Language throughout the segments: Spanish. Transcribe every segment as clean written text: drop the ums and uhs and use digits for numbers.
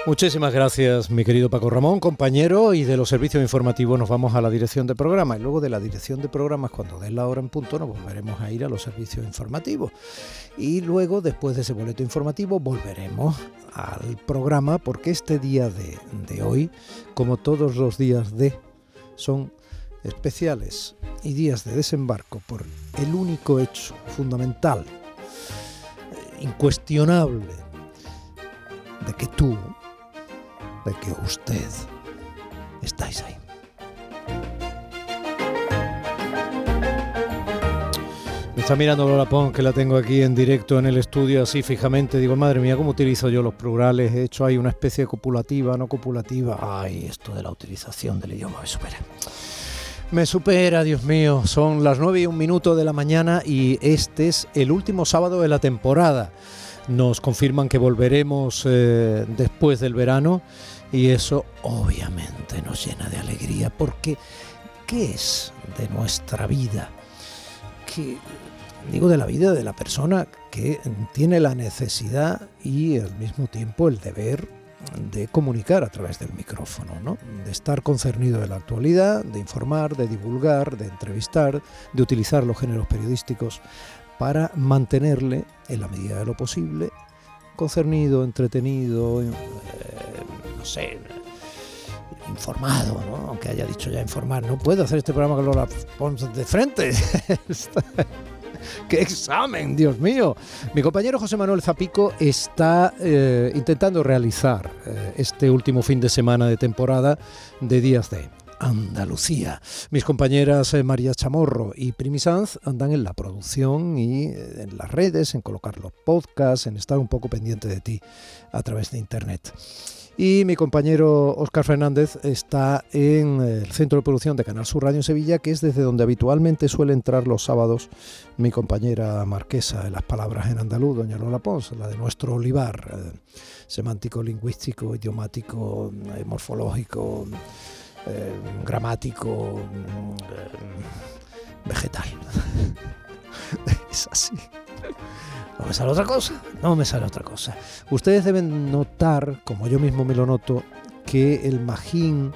Muchísimas gracias, mi querido Paco Ramón, compañero, y de los servicios informativos nos vamos a la dirección de programa y luego de la dirección de programas, cuando dé la hora en punto, nos volveremos a ir a los servicios informativos y luego, después de ese boleto informativo, volveremos al programa, porque este día de hoy, como todos los días son especiales y días de desembarco por el único hecho fundamental, incuestionable, de que tú, de que usted estáis ahí. Me está mirando Lola Pons, que la tengo aquí en directo en el estudio, así fijamente. Digo, madre mía, ¿cómo utilizo yo los plurales? He hecho ahí una especie de copulativa, no copulativa. Ay, esto de la utilización del idioma me supera. Me supera, Dios mío. Son las 9:01 de la mañana y este es el último sábado de la temporada. Nos confirman que volveremos después del verano y eso obviamente nos llena de alegría, porque ¿qué es de nuestra vida? Digo, de la vida de la persona que tiene la necesidad y al mismo tiempo el deber de comunicar a través del micrófono, ¿no? De estar concernido de la actualidad, de informar, de divulgar, de entrevistar, de utilizar los géneros periodísticos para mantenerle, en la medida de lo posible, concernido, entretenido, no sé, informado, ¿no? Aunque haya dicho ya informar. No puedo hacer este programa con Lola Pons de frente. ¡Qué examen, Dios mío! Mi compañero José Manuel Zapico está intentando realizar este último fin de semana de temporada de Días de Andalucía. Mis compañeras María Chamorro y Primi Sanz andan en la producción y en las redes, en colocar los podcasts, en estar un poco pendiente de ti a través de internet. Y mi compañero Óscar Fernández está en el centro de producción de Canal Sur Radio en Sevilla, que es desde donde habitualmente suele entrar los sábados mi compañera marquesa de las palabras en andaluz, doña Lola Pons, la de nuestro olivar semántico, lingüístico, idiomático, morfológico, gramático, vegetal. Es así. ¿No me sale otra cosa? No me sale otra cosa. Ustedes deben notar, como yo mismo me lo noto, que el magín,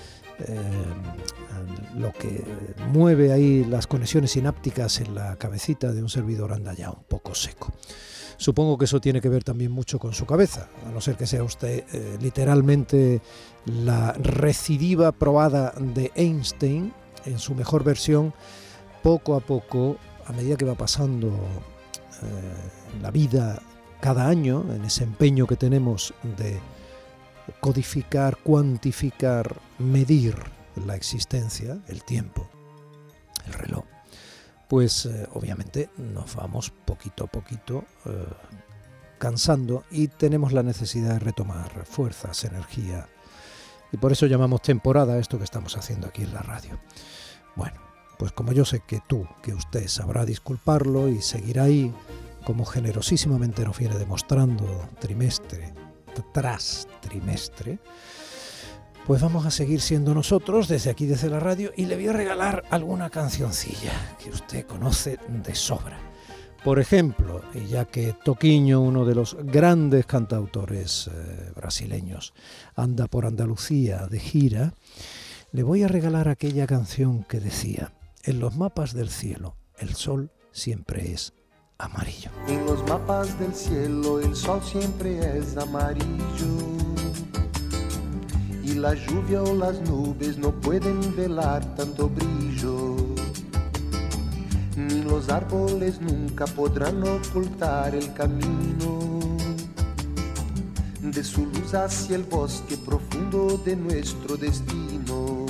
lo que mueve ahí las conexiones sinápticas en la cabecita de un servidor anda ya un poco seco. Supongo que eso tiene que ver también mucho con su cabeza, a no ser que sea usted literalmente la recidiva probada de Einstein en su mejor versión. Poco a poco, a medida que va pasando la vida cada año, en ese empeño que tenemos de codificar, cuantificar, medir la existencia, el tiempo, el reloj, pues obviamente nos vamos poquito a poquito cansando y tenemos la necesidad de retomar fuerzas, energía, y por eso llamamos temporada a esto que estamos haciendo aquí en la radio. Bueno, pues como yo sé que usted sabrá disculparlo y seguirá ahí, como generosísimamente nos viene demostrando trimestre tras trimestre, pues vamos a seguir siendo nosotros desde aquí, desde la radio, y le voy a regalar alguna cancioncilla que usted conoce de sobra. Por ejemplo, y ya que Toquinho, uno de los grandes cantautores brasileños, anda por Andalucía de gira, le voy a regalar aquella canción que decía: en los mapas del cielo, el sol siempre es amarillo. En los mapas del cielo, el sol siempre es amarillo. Y la lluvia o las nubes no pueden velar tanto brillo. Ni los árboles nunca podrán ocultar el camino de su luz hacia el bosque profundo de nuestro destino.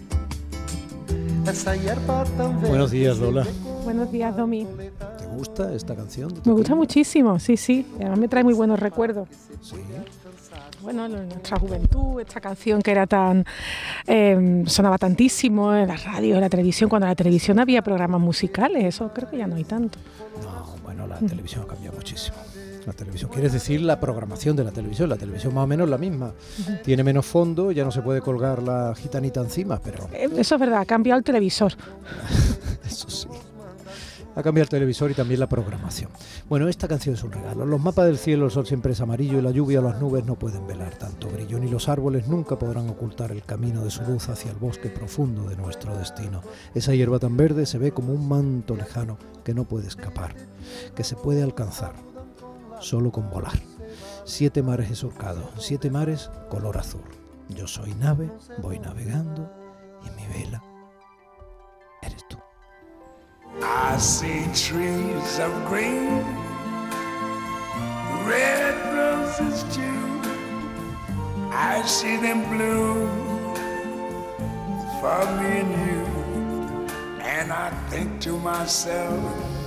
Buenos días, Lola. Buenos días, Domi. ¿Te gusta esta canción? Me gusta muchísimo, sí. Además me trae muy buenos recuerdos. Sí. Bueno, nuestra juventud, esta canción que era tan sonaba tantísimo en la radio, en la televisión, cuando en la televisión había programas musicales, eso creo que ya no hay tanto. No, bueno, la televisión ha cambiado muchísimo. La televisión, quieres decir la programación de la televisión más o menos la misma. Tiene menos fondo, ya no se puede colgar la gitanita encima, pero... Eso es verdad, ha cambiado el televisor. Eso sí. a cambiar el televisor y también la programación. Bueno, esta canción es un regalo. Los mapas del cielo, el sol siempre es amarillo y la lluvia o las nubes no pueden velar tanto brillo, ni los árboles nunca podrán ocultar el camino de su luz hacia el bosque profundo de nuestro destino. Esa hierba tan verde se ve como un manto lejano que no puede escapar, que se puede alcanzar solo con volar. 7 mares he surcado, 7 mares color azul. Yo soy nave, voy navegando y mi vela eres tú. I see trees of green, red roses too. I see them bloom for me and you. And I think to myself,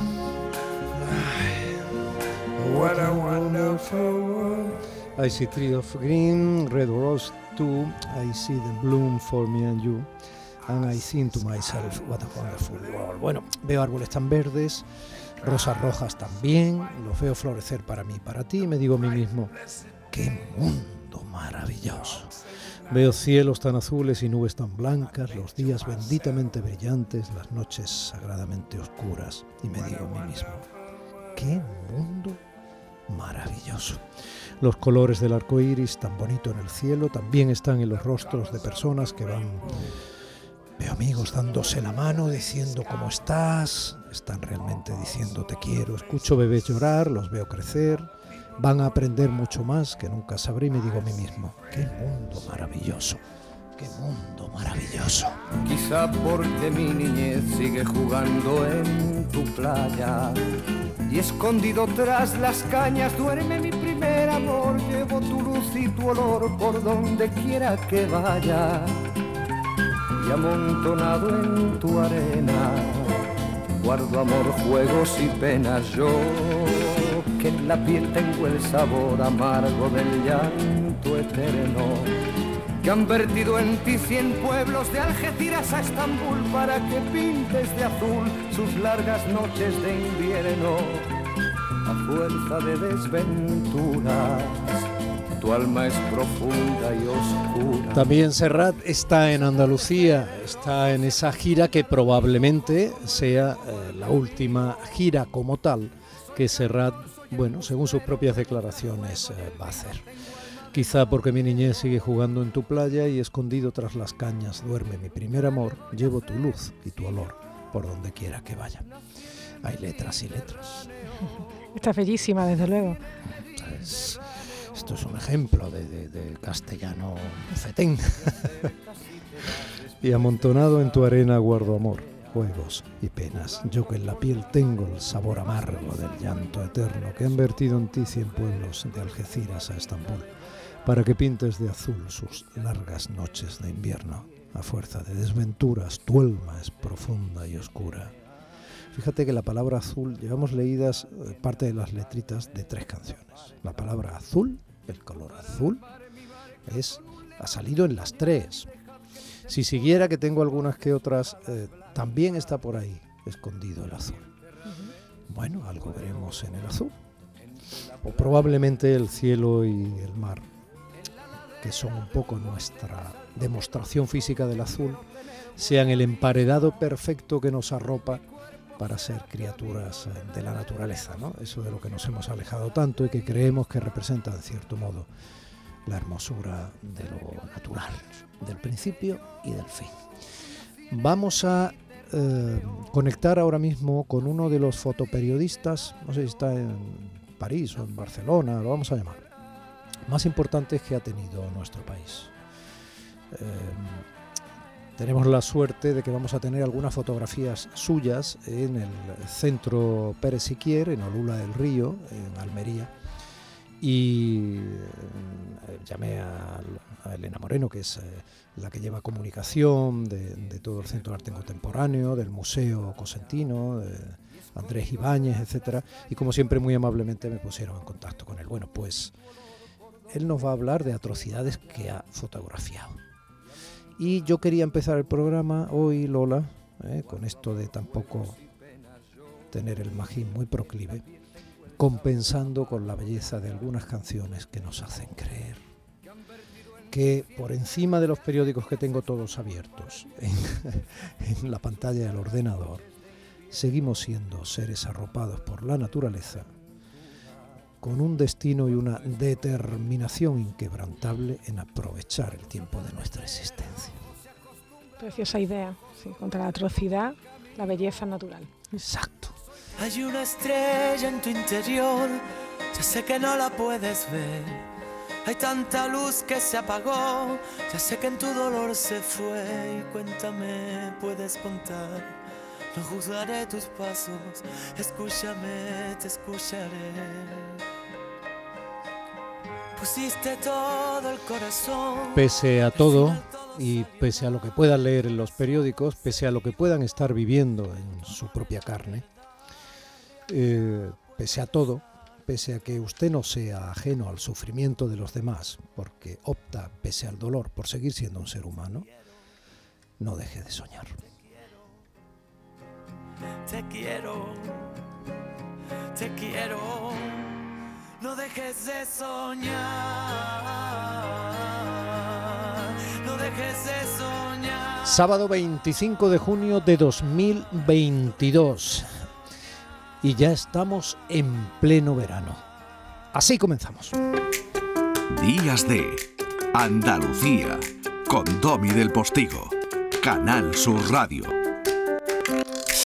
what a wonderful world. I see trees of green, red rose too. I see them bloom for me and you. And I think to myself, what a wonderful world. Bueno, veo árboles tan verdes, rosas rojas también, los veo florecer para mí, para ti, y me digo a mí mismo, ¡qué mundo maravilloso! Veo cielos tan azules y nubes tan blancas, los días benditamente brillantes, las noches sagradamente oscuras, y me digo a mí mismo, ¡qué mundo maravilloso! Los colores del arco iris, tan bonito en el cielo, también están en los rostros de personas que van... Veo amigos dándose la mano, diciendo cómo estás, están realmente diciendo te quiero. Escucho bebés llorar, los veo crecer, van a aprender mucho más que nunca sabré y me digo a mí mismo, qué mundo maravilloso, qué mundo maravilloso. Quizá porque mi niñez sigue jugando en tu playa y escondido tras las cañas duerme mi primer amor. Llevo tu luz y tu olor por donde quiera que vaya. Y amontonado en tu arena guardo amor, juegos y penas. Yo que en la piel tengo el sabor amargo del llanto eterno, que han vertido en ti 100 pueblos de Algeciras a Estambul para que pintes de azul sus largas noches de invierno. A fuerza de desventuras tu alma es profunda y oscura. También Serrat está en Andalucía, está en esa gira que probablemente sea la última gira como tal que Serrat, bueno, según sus propias declaraciones, va a hacer. Quizá porque mi niñez sigue jugando en tu playa y escondido tras las cañas duerme mi primer amor, llevo tu luz y tu olor por donde quiera que vaya. Hay letras y letras. Está bellísima, desde luego. Esto es un ejemplo de castellano fetén. Y amontonado en tu arena guardo amor, juegos y penas. Yo que en la piel tengo el sabor amargo del llanto eterno que han vertido en ti 100 pueblos de Algeciras a Estambul para que pintes de azul sus largas noches de invierno. A fuerza de desventuras tu alma es profunda y oscura. Fíjate que la palabra azul, llevamos leídas parte de las letritas de 3 canciones. La palabra azul, el color azul, ha salido en las 3. Si siguiera, que tengo algunas que otras, también está por ahí escondido el azul. Bueno, algo veremos en el azul. O probablemente el cielo y el mar, que son un poco nuestra demostración física del azul, sean el emparedado perfecto que nos arropa para ser criaturas de la naturaleza, ¿no? Eso de lo que nos hemos alejado tanto y que creemos que representa, en cierto modo, la hermosura de lo natural, del principio y del fin. Vamos a conectar ahora mismo con uno de los fotoperiodistas, no sé si está en París o en Barcelona, lo vamos a llamar, más importantes que ha tenido nuestro país. Tenemos la suerte de que vamos a tener algunas fotografías suyas en el centro Pérez Siquier, en Olula del Río, en Almería. Y llamé a Elena Moreno, que es la que lleva comunicación de todo el Centro de Arte Contemporáneo, del Museo Cosentino, de Andrés Ibáñez, etcétera. Y como siempre, muy amablemente me pusieron en contacto con él. Bueno, pues él nos va a hablar de atrocidades que ha fotografiado. Y yo quería empezar el programa hoy, Lola, con esto de tampoco tener el magín muy proclive, compensando con la belleza de algunas canciones que nos hacen creer que por encima de los periódicos que tengo todos abiertos en la pantalla del ordenador, seguimos siendo seres arropados por la naturaleza, con un destino y una determinación inquebrantable en aprovechar el tiempo de nuestra existencia. Preciosa idea, sí, contra la atrocidad, la belleza natural. Exacto. Hay una estrella en tu interior, ya sé que no la puedes ver. Hay tanta luz que se apagó, ya sé que en tu dolor se fue. Y cuéntame, puedes contar, no juzgaré tus pasos. Escúchame, te escucharé. Pusiste todo el corazón. Pese a todo, y pese a lo que puedan leer en los periódicos, pese a lo que puedan estar viviendo en su propia carne, pese a todo, pese a que usted no sea ajeno al sufrimiento de los demás, porque opta, pese al dolor, por seguir siendo un ser humano, no deje de soñar. Te quiero, no dejes de soñar, no dejes de soñar. Sábado 25 de junio de 2022. Y ya estamos en pleno verano. Así comenzamos. Días de Andalucía con Domi del Postigo, Canal Sur Radio.